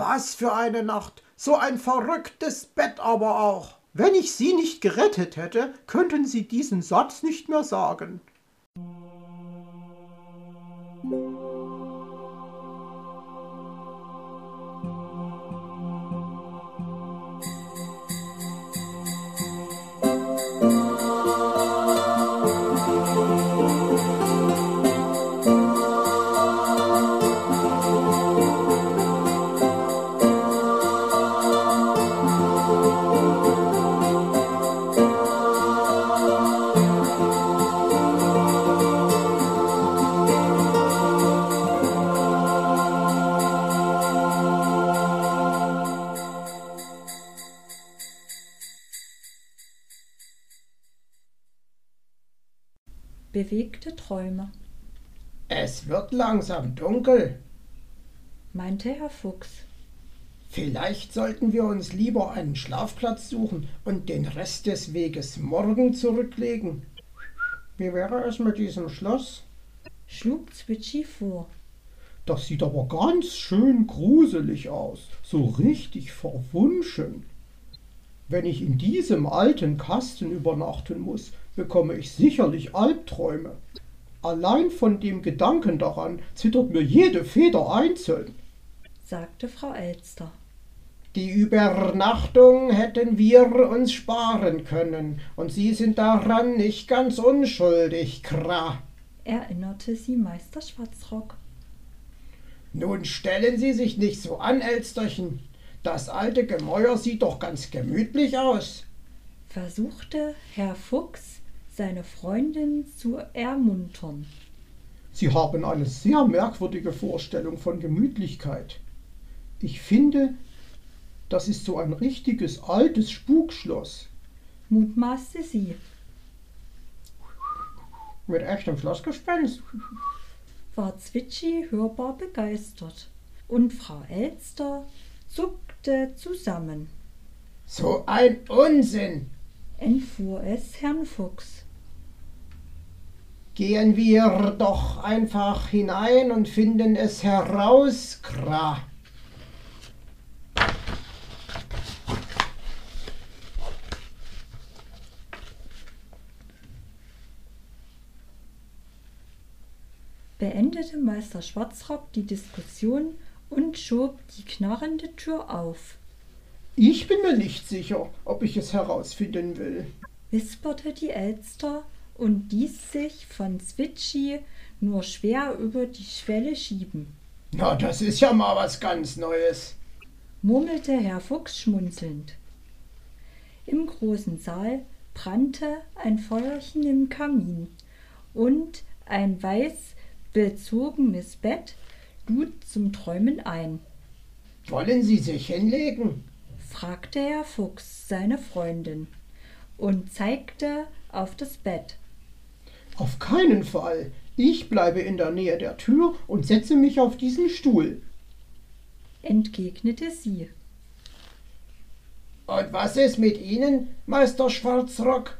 Was für eine Nacht! So ein verrücktes Bett aber auch! Wenn ich Sie nicht gerettet hätte, könnten Sie diesen Satz nicht mehr sagen. Bewegte Träume, Es wird langsam dunkel. meinte Herr Fuchs. Vielleicht sollten wir uns lieber einen Schlafplatz suchen und den Rest des Weges morgen zurücklegen. Wie wäre es mit diesem Schloss? Schlug Zwitschi vor. Das sieht aber ganz schön gruselig aus, so richtig verwunschen. Wenn ich in diesem alten Kasten übernachten muss, bekomme ich sicherlich Albträume. Allein von dem Gedanken daran zittert mir jede Feder einzeln. Sagte Frau Elster. Die Übernachtung hätten wir uns sparen können, und Sie sind daran nicht ganz unschuldig, Kra. Erinnerte sie Meister Schwarzrock. Nun stellen Sie sich nicht so an, Elsterchen. Das alte Gemäuer sieht doch ganz gemütlich aus. Versuchte Herr Fuchs, seine Freundin zu ermuntern. Sie haben eine sehr merkwürdige Vorstellung von Gemütlichkeit. Ich finde, das ist so ein richtiges altes Spukschloss. Mutmaßte sie. Mit echtem Schlossgespenst. War Zwitschi hörbar begeistert, und Frau Elster zuckte zusammen. So ein Unsinn! Entfuhr es Herrn Fuchs. Gehen wir doch einfach hinein und finden es heraus, Kra. Beendete Meister Schwarzrock die Diskussion und schob die knarrende Tür auf, Ich bin mir nicht sicher, ob ich es herausfinden will. wisperte die Elster und ließ sich von Zwitschi nur schwer über die Schwelle schieben, Na, das ist ja mal was ganz Neues. murmelte Herr Fuchs schmunzelnd. Im großen Saal brannte ein Feuerchen im Kamin und ein weiß bezogenes Bett lud zum Träumen ein, Wollen Sie sich hinlegen? fragte Herr Fuchs seine Freundin und zeigte auf das Bett. Auf keinen Fall. Ich bleibe in der Nähe der Tür und setze mich auf diesen Stuhl. Entgegnete sie. Und was ist mit Ihnen, Meister Schwarzrock?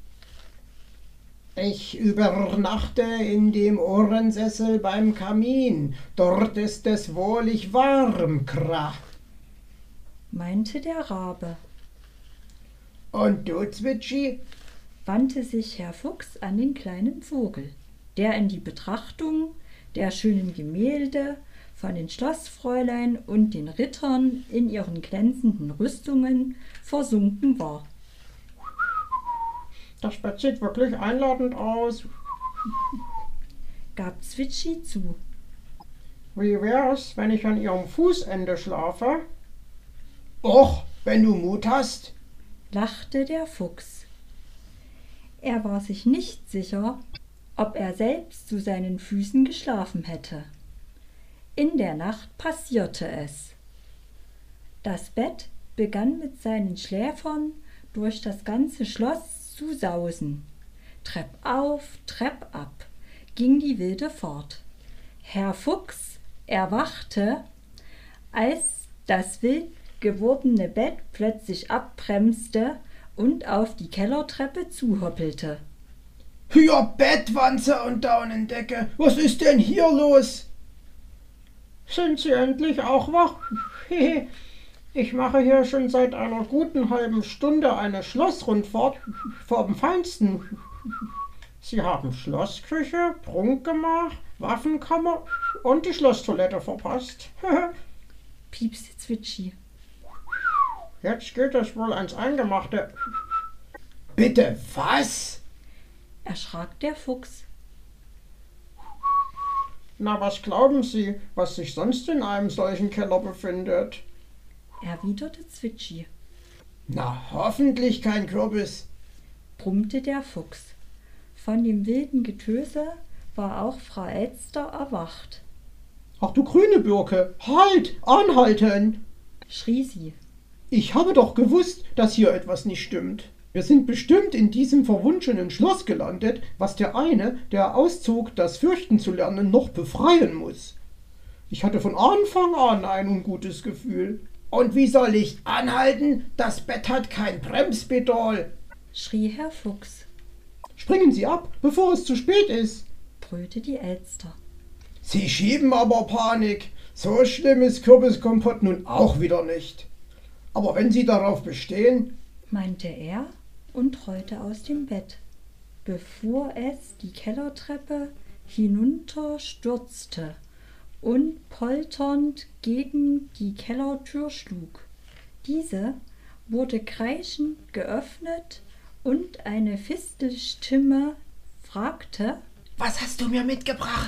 Ich übernachte in dem Ohrensessel beim Kamin. Dort ist es wohlig warm, Kra. Meinte der Rabe, Und du, Zwitschi? wandte sich Herr Fuchs an den kleinen Vogel, der in die Betrachtung der schönen Gemälde von den Schlossfräulein und den Rittern in ihren glänzenden Rüstungen versunken war. Das Bett sieht wirklich einladend aus. Gab Zwitschi zu. Wie wär's, wenn ich an Ihrem Fußende schlafe? Och, wenn du Mut hast. Lachte der Fuchs. Er war sich nicht sicher, ob er selbst zu seinen Füßen geschlafen hätte. In der Nacht passierte es. Das Bett begann mit seinen Schläfern durch das ganze Schloss zu sausen. Trepp auf, Trepp ab ging die wilde Fahrt. Herr Fuchs erwachte, als das wild gewordene Bett plötzlich abbremste und auf die Kellertreppe zuhoppelte. Hier, Bettwanze und Daunendecke, was ist denn hier los? Sind Sie endlich auch wach? Ich mache hier schon seit einer guten halben Stunde eine Schlossrundfahrt vom Feinsten. Sie haben Schlossküche, Prunkgemach, Waffenkammer und die Schlosstoilette verpasst. piepste Zwitschi. Jetzt geht es wohl ans Eingemachte. Bitte was? Erschrak der Fuchs. Na, was glauben Sie, was sich sonst in einem solchen Keller befindet? Erwiderte Zwitschi. Na, hoffentlich kein Kürbis. Brummte der Fuchs. Von dem wilden Getöse war auch Frau Elster erwacht. Ach du grüne Birke, halt, anhalten! Schrie sie. Ich habe doch gewusst, dass hier etwas nicht stimmt. Wir sind bestimmt in diesem verwunschenen Schloss gelandet, was der eine, der auszog, das Fürchten zu lernen, noch befreien muss. Ich hatte von Anfang an ein ungutes Gefühl. Und wie soll ich anhalten? Das Bett hat kein Bremspedal. Schrie Herr Fuchs. Springen Sie ab, bevor es zu spät ist. Brüllte die Elster. Sie schieben aber Panik. So schlimm ist Kürbiskompott nun auch wieder nicht. Aber wenn Sie darauf bestehen, Meinte er und rollte aus dem Bett, bevor es die Kellertreppe hinunter stürzte und polternd gegen die Kellertür schlug. Diese wurde kreischend geöffnet und eine Fistelstimme fragte: was hast du mir mitgebracht?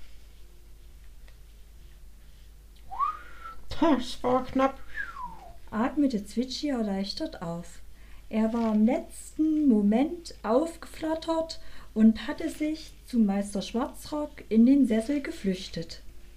Das war knapp. atmete Zwitschi erleichtert auf. Er war im letzten Moment aufgeflattert und hatte sich zu Meister Schwarzrock in den Sessel geflüchtet.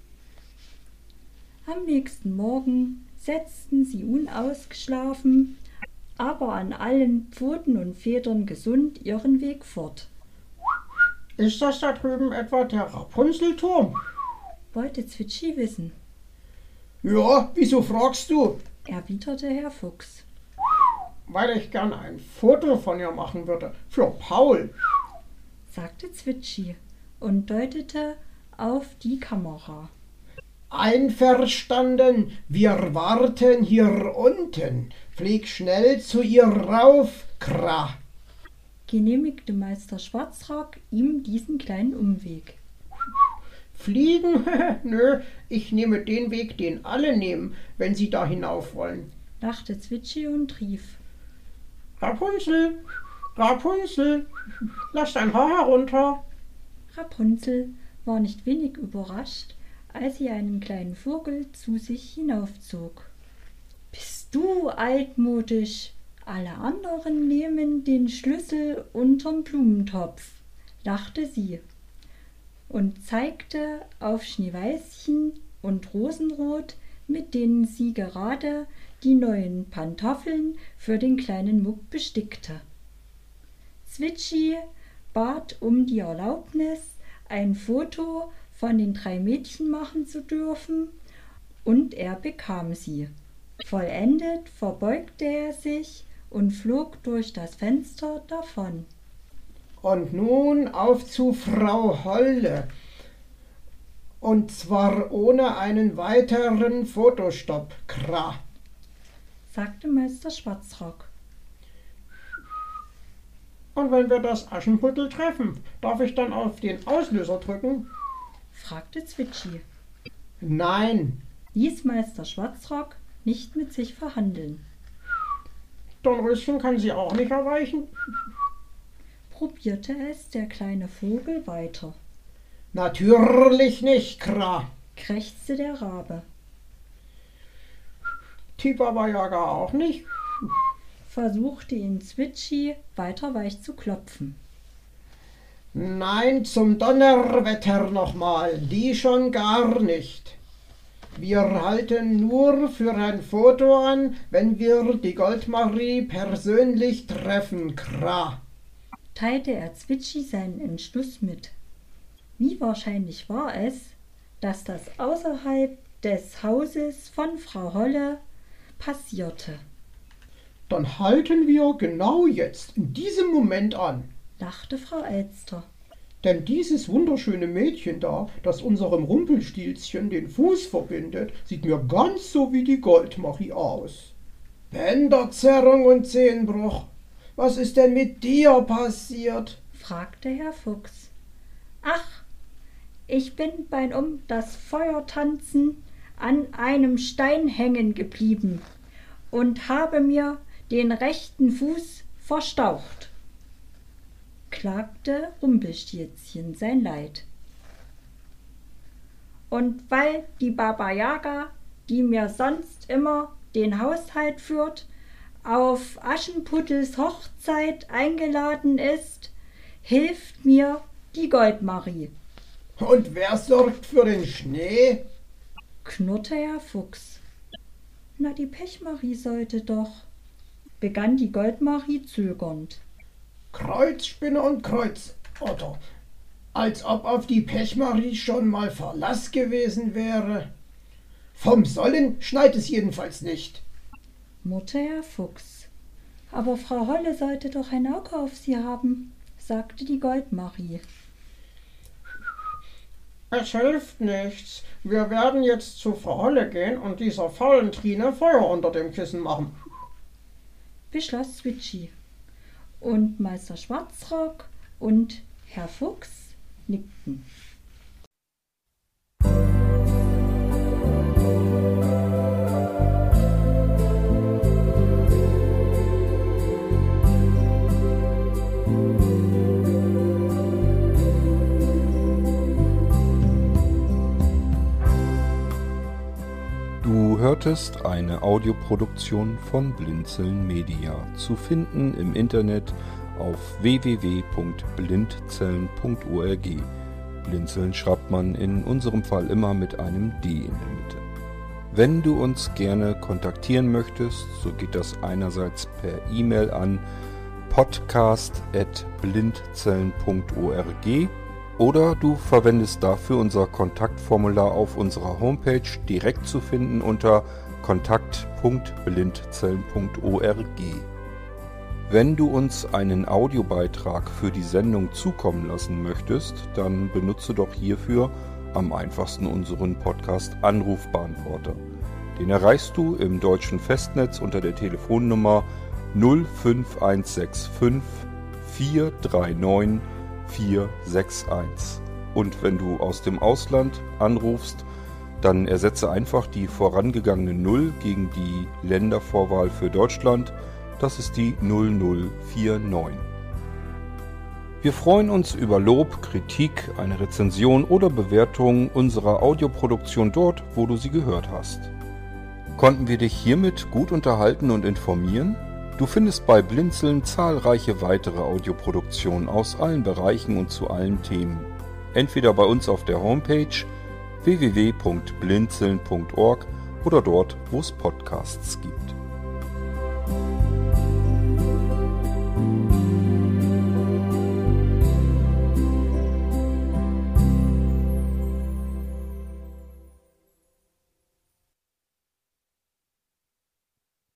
Am nächsten Morgen setzten sie unausgeschlafen, aber an allen Pfoten und Federn gesund ihren Weg fort. Ist das da drüben etwa der Rapunzelturm? Wollte Zwitschi wissen, Ja, wieso fragst du? erwiderte Herr Fuchs. Weil ich gern ein Foto von ihr machen würde. Für Paul. Sagte Zwitschi und deutete auf die Kamera. Einverstanden, wir warten hier unten. Flieg schnell zu ihr rauf, Kra. Genehmigte Meister Schwarzrock ihm diesen kleinen Umweg. Fliegen? Nö, ich nehme den Weg, den alle nehmen, wenn sie da hinauf wollen. Lachte Zwitschi und rief: Rapunzel, Rapunzel, lass dein Haar herunter. Rapunzel war nicht wenig überrascht, als sie einen kleinen Vogel zu sich hinaufzog. Bist du altmodisch? Alle anderen nehmen den Schlüssel unterm Blumentopf, lachte sie und zeigte auf Schneeweißchen und Rosenrot, mit denen sie gerade die neuen Pantoffeln für den kleinen Muck bestickte. Zwitschi bat um die Erlaubnis, ein Foto von den 3 Mädchen machen zu dürfen, und er bekam sie. Vollendet verbeugte er sich und flog durch das Fenster davon. Und nun auf zu Frau Holle. Und zwar ohne einen weiteren Fotostopp, Kra. Sagte Meister Schwarzrock. Und wenn wir das Aschenputtel treffen, darf ich dann auf den Auslöser drücken? Fragte Zwitschi. Nein. Ließ Meister Schwarzrock nicht mit sich verhandeln. Dornröschen kann sie auch nicht erreichen. Probierte es der kleine Vogel weiter. Natürlich nicht, Kra. Krächzte der Rabe. Die Baba Yaga auch nicht. Versuchte ihn Zwitschi weiter weich zu klopfen. Nein, zum Donnerwetter nochmal, die schon gar nicht. Wir halten nur für ein Foto an, wenn wir die Goldmarie persönlich treffen, Kra. Teilte er Zwitschi seinen Entschluss mit. Wie wahrscheinlich war es, dass das außerhalb des Hauses von Frau Holle passierte, Dann halten wir genau jetzt, in diesem Moment an. lachte Frau Elster. Denn dieses wunderschöne Mädchen da, das unserem Rumpelstilzchen den Fuß verbindet, sieht mir ganz so wie die Goldmarie aus. Bänderzerrung und Zehenbruch. Was ist denn mit dir passiert? Fragte Herr Fuchs. Ach, ich bin beim das Feuer tanzen an einem Stein hängen geblieben und habe mir den rechten Fuß verstaucht, klagte Rumpelstilzchen sein Leid. Und weil die Baba Yaga, die mir sonst immer den Haushalt führt, auf Aschenputtels Hochzeit eingeladen ist, hilft mir die Goldmarie. Und wer sorgt für den Schnee? Knurrte Herr Fuchs. Na, die Pechmarie sollte doch, begann die Goldmarie zögernd. Kreuzspinne und Kreuzotter. Als ob auf die Pechmarie schon mal Verlass gewesen wäre. Vom Sollen schneit es jedenfalls nicht, murrte Herr Fuchs. Aber Frau Holle sollte doch ein Auge auf sie haben, sagte die Goldmarie. Es hilft nichts. Wir werden jetzt zu Frau Holle gehen und dieser faulen Trine Feuer unter dem Kissen machen, beschloss Switchy. Und Meister Schwarzrock und Herr Fuchs nickten. Du hörtest eine Audioproduktion von Blinzeln Media, zu finden im Internet auf www.blindzellen.org. Blinzeln schreibt man in unserem Fall immer mit einem D in der Mitte. Wenn du uns gerne kontaktieren möchtest, so geht das einerseits per E-Mail an podcast@blindzellen.org oder du verwendest dafür unser Kontaktformular auf unserer Homepage, direkt zu finden unter kontakt.blindzellen.org. Wenn du uns einen Audiobeitrag für die Sendung zukommen lassen möchtest, dann benutze doch hierfür am einfachsten unseren Podcast Anrufbeantworter. Den erreichst du im deutschen Festnetz unter der Telefonnummer 05165 439 461. Und wenn du aus dem Ausland anrufst, dann ersetze einfach die vorangegangene 0 gegen die Ländervorwahl für Deutschland. Das ist die 0049. Wir freuen uns über Lob, Kritik, eine Rezension oder Bewertung unserer Audioproduktion dort, wo du sie gehört hast. Konnten wir dich hiermit gut unterhalten und informieren? Du findest bei Blinzeln zahlreiche weitere Audioproduktionen aus allen Bereichen und zu allen Themen. Entweder bei uns auf der Homepage www.blinzeln.org oder dort, wo es Podcasts gibt.